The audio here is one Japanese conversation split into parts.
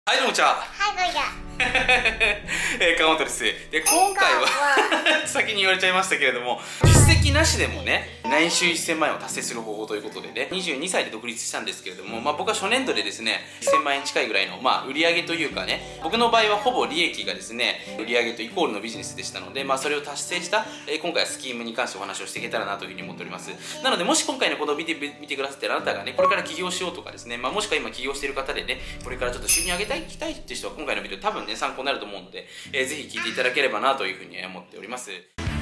はい、どうもちゃん。 はい、これだ。 川本です。で、今回は先に言われちゃいましたけれども、実績なしでもね、年収1000万円を達成する方法ということでね、22歳で独立したんですけれども、僕は初年度でですね、1000万円近いぐらいの、売り上げというかね、僕の場合はほぼ利益がですね、売り上げとイコールのビジネスでしたので、それを達成した、今回はスキームに関してお話をしていけたらなというふうに思っております。なので、もし今回のことを見てくださってるあなたがね、これから起業しようとかですね、もしくは今起業している方でね、これからちょっと収入上げたいっていう人は今回のビデオ多分ね、参考になると思うので、ぜひ聞いていただければなというふうに思っております。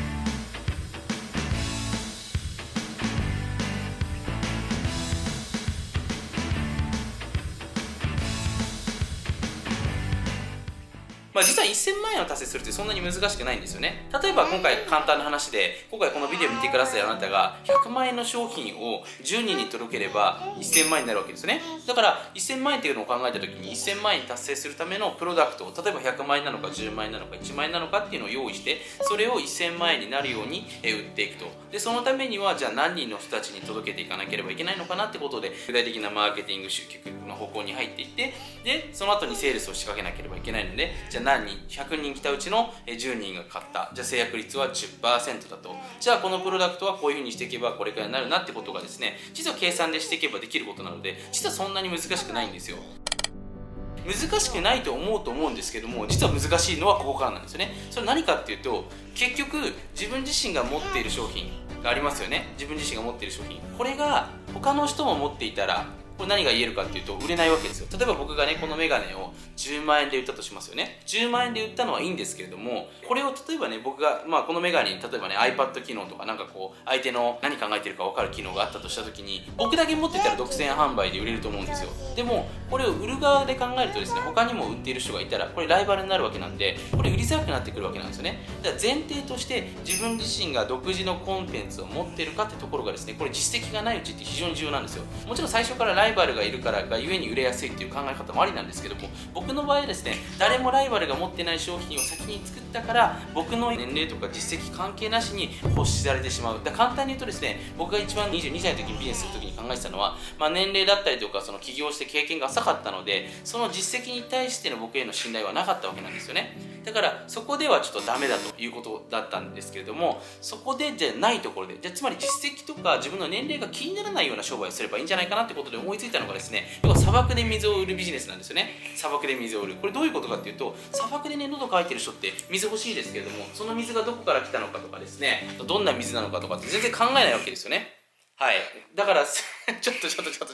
実は1000万円を達成するってそんなに難しくないんですよね。例えば今回簡単な話で、今回このビデオを見てくださるあなたが100万円の商品を10人に届ければ1000万円になるわけですよね。だから1000万円っていうのを考えた時に1000万円達成するためのプロダクトを、例えば100万円なのか10万円なのか1万円なのかっていうのを用意して、それを1000万円になるように売っていくと。でそのためにはじゃあ何人の人たちに届けていかなければいけないのかなってことで、具体的なマーケティング集客の方向に入っていって、でその後にセールスを仕掛けなければいけないので、じゃあ何人100人来たうちの10人が買った、じゃあ制約率は 10% だと。じゃあこのプロダクトはこういう風にしていけばこれくらいになるなってことがですね、実は計算でしていけばできることなので、実はそんなに難しくないんですよ。難しくないと思うんですけども、実は難しいのはここからなんですよね。それ何かっていうと、結局自分自身が持っている商品がありますよね。自分自身が持っている商品、これが他の人も持っていたら、これ何が言えるかっていうと、売れないわけですよ。例えば僕がね、このメガネを10万円で売ったとしますよね。10万円で売ったのはいいんですけれども、これを例えばね、僕が、このメガネに例えばね、iPad 機能とか相手の何考えてるか分かる機能があったとした時に、僕だけ持ってたら独占販売で売れると思うんですよ。でもこれを売る側で考えるとですね、他にも売っている人がいたら、これライバルになるわけなんで、これ売りづらくなってくるわけなんですよね。だから前提として自分自身が独自のコンテンツを持っているかってところがですね、これ実績がないうちって非常に重要なんですよ。もちろん最初からライバルがいるからがゆえに売れやすいっていう考え方もありなんですけども、僕の場合はですね、誰もライバルが持ってない商品を先に作ったから、僕の年齢とか実績関係なしに欲しされてしまう。だから簡単に言うとですね、僕が一番22歳の時にビジネスする時に考えてたのは、年齢だったりとかその起業して経験が浅かったので、その実績に対しての僕への信頼はなかったわけなんですよね。だからそこではちょっとダメだということだったんですけれども、そこでじゃないところで、じゃあつまり実績とか自分の年齢が気にならないような商売をすればいいんじゃないかなってことで思いついたのがですね、要は砂漠で水を売るビジネスなんですよね。砂漠で水を売る、これどういうことかっていうと、砂漠でね、喉乾いてる人って水欲しいですけれども、その水がどこから来たのかとかですね、どんな水なのかとかって全然考えないわけですよね。はい、だからちょっと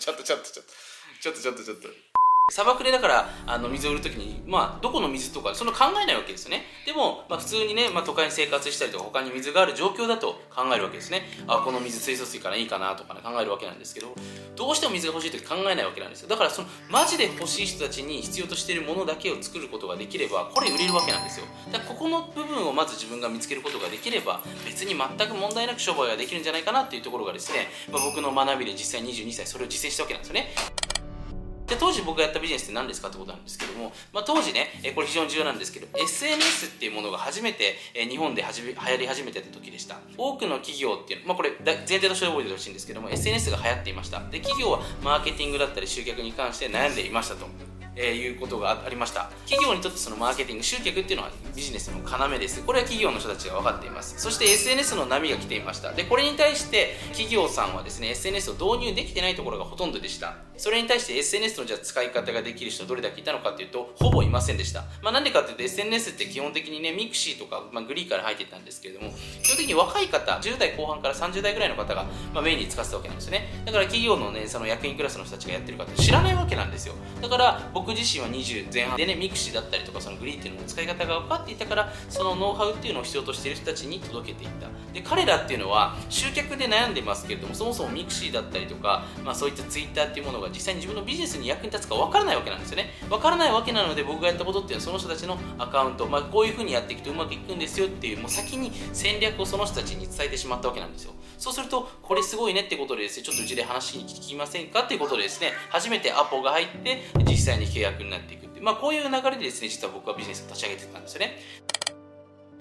砂漠でだから水を売るときに、どこの水とかその考えないわけですよね。でも、普通にね、都会に生活したりとか他に水がある状況だと考えるわけですね。この水水素水からいいかなとかね、考えるわけなんですけど、どうしても水が欲しいとき考えないわけなんですよ。だからそのマジで欲しい人たちに必要としているものだけを作ることができれば、これ売れるわけなんですよ。だからここの部分をまず自分が見つけることができれば、別に全く問題なく商売ができるんじゃないかなっていうところがですね、僕の学びで実際22歳それを実践したわけなんですよね。で当時僕がやったビジネスって何ですかってことなんですけども、当時ね、これ非常に重要なんですけど、 SNS っていうものが初めて日本で流行り始めてた時でした。多くの企業っていうの、これ前提として覚えてほしいんですけども、 SNS が流行っていました。で企業はマーケティングだったり集客に関して悩んでいましたということがありました。企業にとってそのマーケティング集客っていうのはビジネスの要です。これは企業の人たちが分かっています。そして SNS の波が来ていました。でこれに対して企業さんはですね、 SNS を導入できてないところがほとんどでした。それに対して SNS のじゃあ使い方ができる人はどれだけいたのかっていうと、ほぼいませんでした。なんでかっていうと SNS って基本的にね、ミクシーとか、グリーから入ってたんですけれども、基本的に若い方、10代後半から30代ぐらいの方が、メインに使ってたわけなんですよね。だから企業のね、その役員クラスの人たちがやってるかって知らないわけなんですよ。だから僕自身は20前半でね、ミクシーだったりとかそのグリーっていうのの使い方が分かっていたから、そのノウハウっていうのを必要としている人たちに届けていった。で彼らっていうのは集客で悩んでますけれども、そもそもミクシーだったりとか、そういったツイッターっていうものが実際に自分のビジネスに役に立つか分からないわけなんですよね。分からないわけなので、僕がやったことっていうのはその人たちのアカウント、こういう風にやっていくとうまくいくんですよっていう、もう先に戦略をその人たちに伝えてしまったわけなんですよ。そうするとこれすごいねってことでですね、ちょっとうちで話に聞きませんかっていうことでですね、初めてアポが入って実際に契約になっていくっていう、こういう流れでですね、実は僕はビジネスを立ち上げてたんですよね。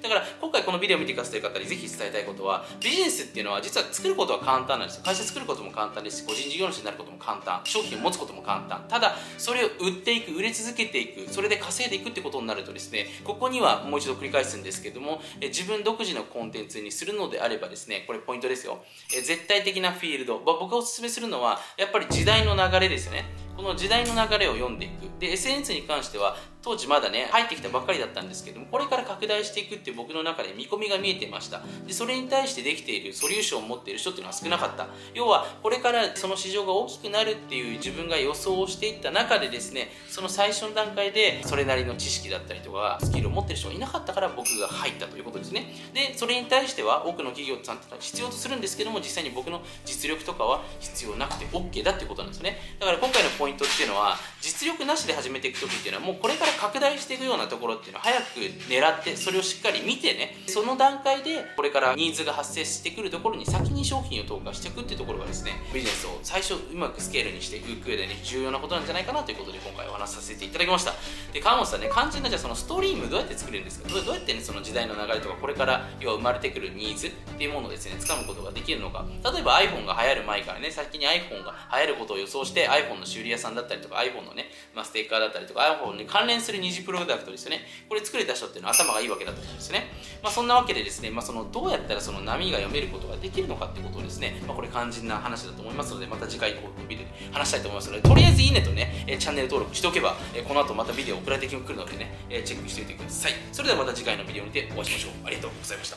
だから今回このビデオを見てくださっている方にぜひ伝えたいことは、ビジネスっていうのは実は作ることは簡単なんですよ。会社作ることも簡単ですし、個人事業主になることも簡単、商品を持つことも簡単。ただそれを売っていく、売れ続けていく、それで稼いでいくってことになるとですね、ここにはもう一度繰り返すんですけども、自分独自のコンテンツにするのであればですね、これポイントですよ。絶対的なフィールド、僕がおすすめするのはやっぱり時代の流れですよね。この時代の流れを読んでいく。で SNS に関しては当時まだね入ってきたばっかりだったんですけども、これから拡大していくって僕の中で見込みが見えていました。でそれに対してできているソリューションを持っている人っていうのは少なかった。要はこれからその市場が大きくなるっていう自分が予想をしていった中でですね、その最初の段階でそれなりの知識だったりとかスキルを持っている人がいなかったから僕が入ったということですね。でそれに対しては多くの企業さんって必要とするんですけども、実際に僕の実力とかは必要なくて OK だっていうことなんですよね。だから今回のポイントっていうのは、実力なしで始めていく時っていうのはもうこれから拡大していくようなところっていうのを早く狙って、それをしっかり見てね、その段階でこれからニーズが発生してくるところに先に商品を投下していくっていうところがですね、ビジネスを最初うまくスケールにしていく上でね、重要なことなんじゃないかなということで今回お話しさせていただきました。で川本さんね、肝心なじゃあそのストリームどうやって作れるんですか、どうやってねその時代の流れとかこれから要は生まれてくるニーズっていうものをですね掴むことができるのか。例えば iPhone が流行る前からね、先に iPhone が流行ることを予想して iPhone の修理屋さんだったりとか iPhone のね、ステッカーだったりとか iPhone に関連する二次プロダクトですよね、これ作れた人っていうのは頭がいいわけだと思うんですね。そんなわけでですね、そのどうやったらその波が読めることができるのかってことをですね、これ肝心な話だと思いますので、また次回のビデオで話したいと思いますので、とりあえずいいねとねチャンネル登録しておけばこの後またビデオ送られてくるのでねチェックしておいてください。それではまた次回のビデオにてお会いしましょう。ありがとうございました。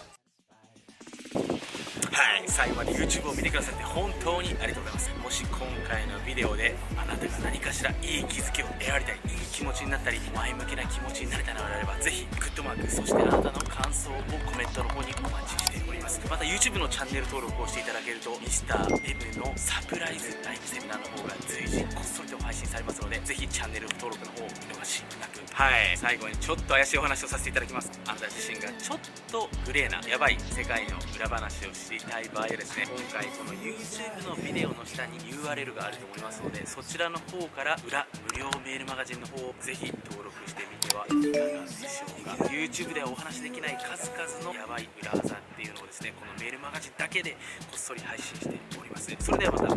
はい、最後まで YouTube を見てくださって本当にありがとうございます。もし今回のビデオであなたが何かしらいい気づきを得られたり、いい気持ちになったり、前向きな気持ちになれたのであれば、ぜひグッドマーク、そしてあなたの感想をコメントの方にお待ちしております。また YouTube のチャンネル登録をしていただけると Mr.M のサプライズタイムセミナーの方が随時こっそりと配信されますので、ぜひチャンネル登録の方を見逃しなく。はい、最後にちょっと怪しいお話をさせていただきます。あなた自身がちょっとグレーなヤバい世界の裏話を知りたい場合はですね、今回この YouTube のビデオの下に URL があると思いますので、そちらの方から裏無料メールマガジンの方をぜひ登録してみてはいかがでしょうか。 YouTube ではお話しできない数々のヤバい裏技っていうのをですね、このメールマガジンだけでこっそり配信しております。それではまた